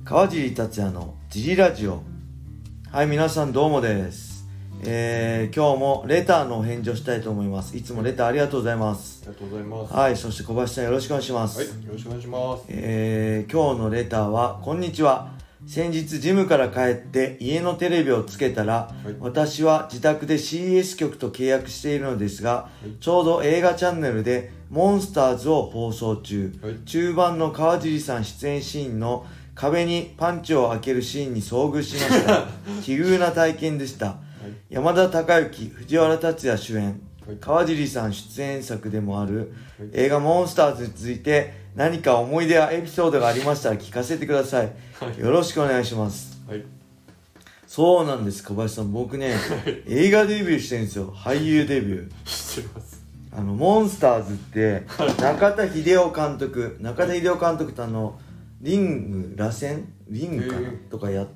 川尻達也のジリラジオ。はい、皆さんどうもです。今日もレターのお返事をしたいと思います。いつもレターありがとうございます。 ありがとうございます。 はい、そして小林さんよろしくお願いします。 はい、よろしくお願いします。 今日のレターは、こんにちは。先日ジムから帰って家のテレビをつけたら、私は自宅で CS 局と契約しているのですが、ちょうど映画チャンネルでモンスターズを放送中、中盤の川尻さん出演シーンの壁にパンチを開けるシーンに遭遇しました。奇遇な体験でした。山田孝之、藤原竜也主演、川尻さん出演作でもある映画モンスターズについて何か思い出やエピソードがありましたら聞かせてください。よろしくお願いします。そうなんです、小林さん。僕ね、映画デビューしてるんですよ。俳優デビュー。 知ってます。 モンスターズって中田秀夫監督ってリング螺旋リングかなとかやった、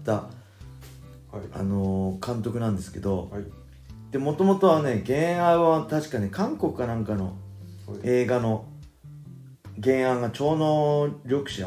監督なんですけど、でもともとはね、原案は確かね、韓国かなんかの映画の原案が超能力者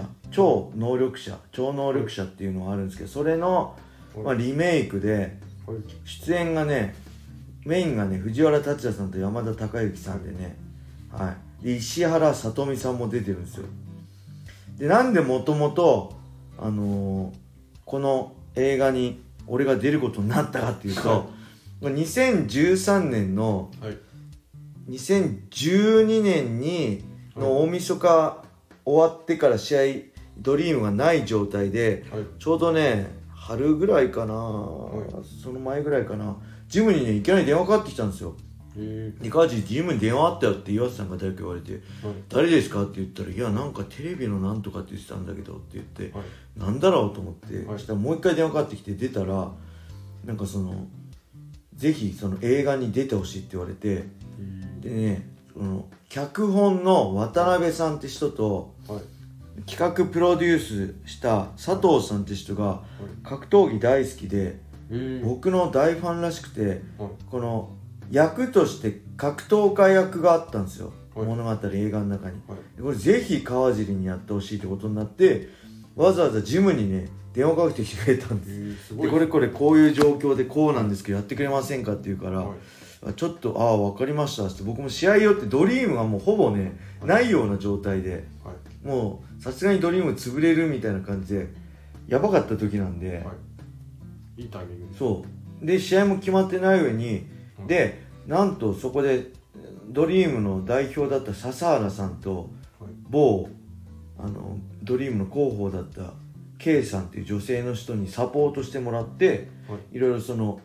っていうのがあるんですけど、それの、リメイクで、出演がね、メインがね、藤原竜也さんと山田孝之さんでね、で石原さとみさんも出てるんですよ。で、なんでもともとこの映画に俺が出ることになったかっていうと、2013年の、2012年にの大晦日終わってから試合ドリームがない状態で、ちょうどね春ぐらいかな、その前ぐらいかな、ジムにねいきなり電話かかってきたんですよ。で、川尻ジムに電話あったよって岩瀬さんが誰か言われて、誰ですかって言ったら、いやなんかテレビのなんとかって言ってたんだけどって言って、なんだろうと思って、そしたらもう一回電話かかってきて出たら、なんかぜひその映画に出てほしいって言われて、でね、脚本の渡辺さんって人と、企画プロデュースした佐藤さんって人が格闘技大好きで、僕の大ファンらしくて、この役として格闘家役があったんですよ、物語映画の中に。これぜひ川尻にやってほしいってことになって、わざわざジムにね電話かけてきてくれたんです。で、こういう状況でこうなんですけどやってくれませんかって言うから、ちょっと分かりましたって、僕も試合よってドリームがもうほぼね、ないような状態で、もうさすがにドリーム潰れるみたいな感じでやばかった時なんで、 いいタイミングで。 そうで、試合も決まってない上に、でなんとそこでドリームの代表だった笹原さんと、某ドリームの広報だった K さんっていう女性の人にサポートしてもらって、いろいろ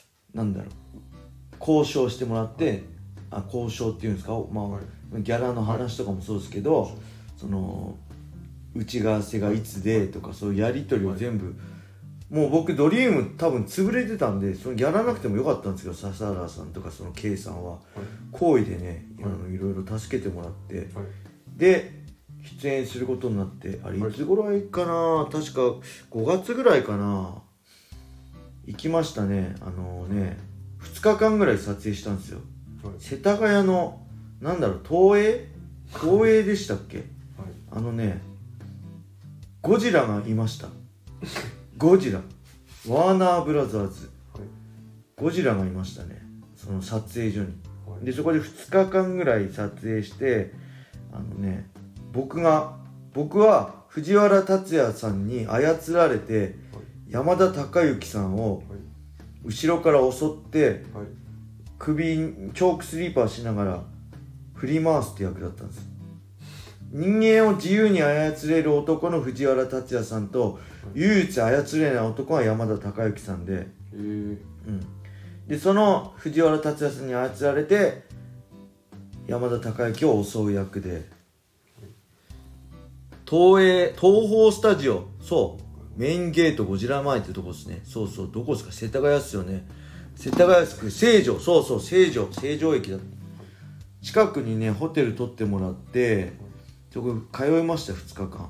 交渉してもらって、交渉っていうんですか、ギャラの話とかもそうですけど、打ち合わせがいつでとか、そういうやり取りを全部、もう僕ドリーム多分潰れてたんで、やらなくてもよかったんですけど、笹原さんとかその K さんは好意でね、いろいろ助けてもらって、で出演することになって、あれいつぐらいかな、確か5月ぐらいかな、行きましたね。2日間ぐらい撮影したんですよ。世田谷の東映でしたっけ、ゴジラがいました。ゴジラ、ワーナーブラザーズ、ゴジラがいましたね、その撮影所に。でそこで2日間ぐらい撮影して、僕は藤原竜也さんに操られて、山田孝之さんを後ろから襲って、首にチョークスリーパーしながら振り回すって役だったんです。人間を自由に操れる男の藤原竜也さんと、唯一操れない男は山田孝之さんで、でその藤原竜也さんに操られて山田孝之を襲う役で、東宝スタジオ、メインゲートゴジラ前ってとこですね。どこですか、世田谷っすよね。世田谷区成城、成城駅だ。近くにねホテル取ってもらって、そこ通いました、2日間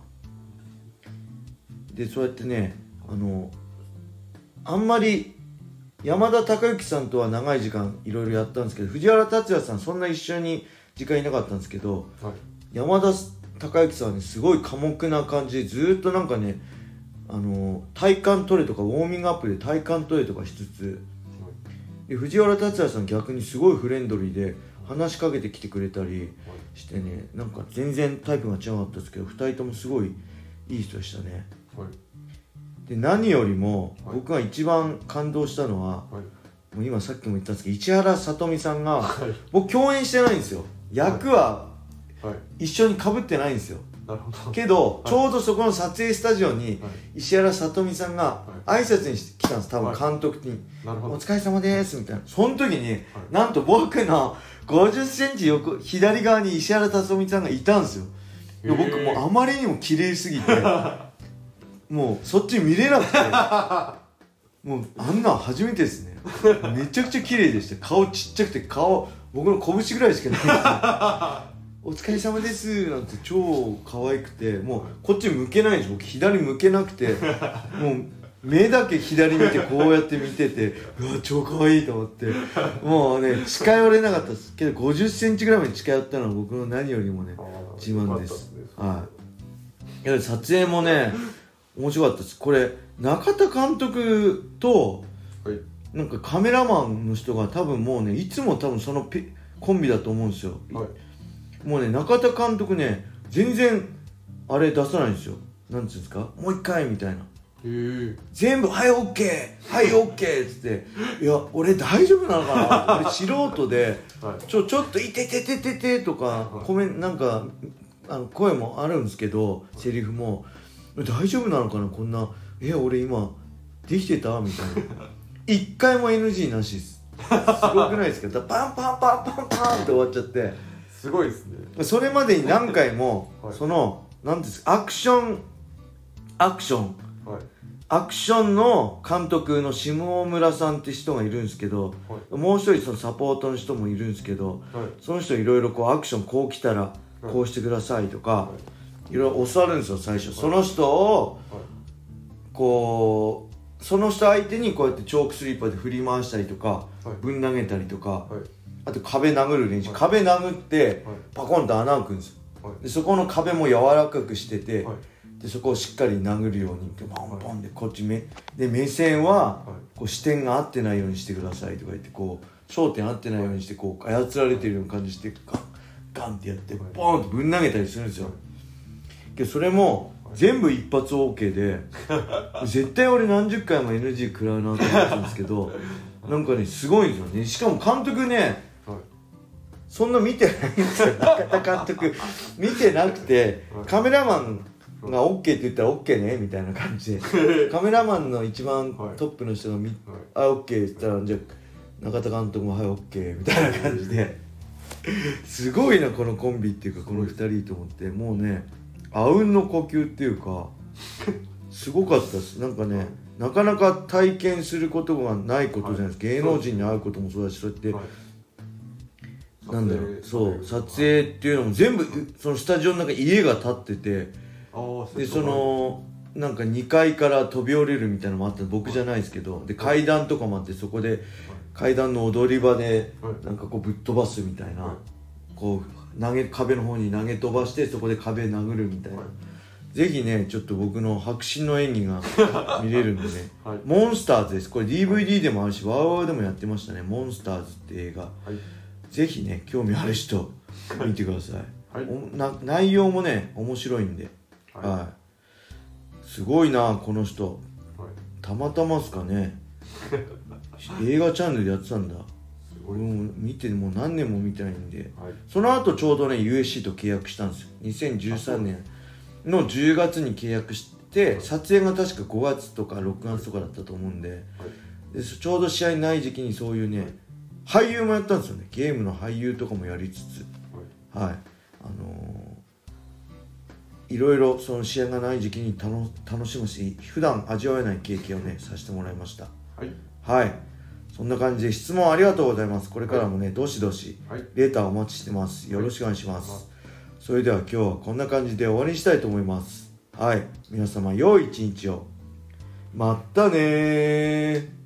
で。そうやってね、あんまり山田孝之さんとは長い時間いろいろやったんですけど、藤原竜也さんそんな一緒に時間いなかったんですけど、山田孝之さんはね、すごい寡黙な感じでずっと体幹トレとかウォーミングアップで体幹トレとかしつつ、で藤原竜也さん逆にすごいフレンドリーで話しかけてきてくれたりしてね、なんか全然タイプが違かったですけど2人ともすごいいい人でしたね。で何よりも僕が一番感動したのは、もう今さっきも言ったんですけど市原さとみさんが、僕共演してないんですよ。役は一緒に被ってないんですよ。 なるほど。 けど、ちょうどそこの撮影スタジオに石原さとみさんが挨拶に来たんです、多分監督に。お疲れ様ですみたいな。その時に、なんと僕の50センチ左側に石原さとみさんがいたんですよ。僕もうあまりにも綺麗すぎてもうそっち見れなくてもうあんなん初めてですね。めちゃくちゃ綺麗でした。顔ちっちゃくて、僕の拳ぐらいしかないんですよ。お疲れ様ですなんて超可愛くて、もうこっち向けないんです。僕左向けなくて、もう目だけ左見てこうやって見てて、うわ超可愛いと思って、もうね近寄れなかったですけど、50センチぐらいまで近寄ったのは僕の何よりもね自慢です。はい。いや撮影もね面白かったです。これ中田監督となんかカメラマンの人が多分もうねいつも多分そのコンビだと思うんですよ。もうね中田監督ね全然あれ出さないんですよ。なんていうんですか、もう一回みたいな。全部はいオッケーはいオッケーっつって、いや俺大丈夫なのかな俺素人で、ちょっといてててててとかなんか声もあるんですけど、セリフも大丈夫なのかな、こんな俺今できてたみたいな。一回も NG なしです。すごくないですか。パンパンパンパンパンって終わっちゃって、 すごいですね。 それまでに何回もその何ですか、アクションの監督の下村さんって人がいるんですけど、もう一人そのサポートの人もいるんですけど、その人いろいろこうアクションこう来たらこうしてくださいとかいろいろ教わるんですよ最初。その人をこうその人相手にこうやってチョークスリーパーで振り回したりとかぶん投げたりとか、あと壁殴る練習、壁殴ってパコンと穴開くんですよ。でそこの壁も柔らかくしてて、でそこをしっかり殴るようにポンポンでこっち目線はこう視点が合ってないようにしてくださいとか言って、こう焦点合ってないようにしてこう操られてるような感じしてガンガンってやってボーンとぶん投げたりするんですよ。けどそれも全部一発 OK で絶対俺何十回も NG 食らうなと思ってたんですけどなんかねすごいんですよね。しかも監督ねそんな見てないんですよ。中田監督見てなくて、カメラマンが OK って言ったら OK ねみたいな感じでカメラマンの一番トップの人がOK って言ったら、じゃあ中田監督もはい OK みたいな感じですごいなこのコンビっていうかこの2人と思って、もうねあうんの呼吸っていうかすごかったです。なんかねなかなか体験することがないことじゃないですか。芸能人に会うこともそうだし、そうやってなんだろう、そう撮影っていうのも全部そのスタジオの中に家が建ってて、でそのなんか2階から飛び降りるみたいなのもあって、僕じゃないですけど、で階段とかもあって、そこで階段の踊り場でなんかこうぶっ飛ばすみたいな、こう壁の方に投げ飛ばしてそこで壁殴るみたいな。ぜひねちょっと僕の迫真の演技が見れるんでねモンスターズです。これ DVD でもあるしワウワウでもやってましたね。モンスターズって映画、ぜひね興味ある人見てください。内容もね面白いんで、すごいなこの人、たまたまっすかね映画チャンネルでやってたんだ。俺も見てもう何年も見てないんで、その後ちょうどね USC と契約したんですよ。2013年の10月に契約して、撮影が確か5月とか6月とかだったと思うんで、ちょうど試合ない時期にそういうね俳優もやったんですよね。ゲームの俳優とかもやりつつ、いろいろその試合がない時期に楽しむし、普段味わえない経験をねさせてもらいました。そんな感じで質問ありがとうございます。これからもねどしどしレーターお待ちしてます。よろしくお願いします。それでは今日はこんな感じで終わりにしたいと思います。皆様良い一日を。まったねー。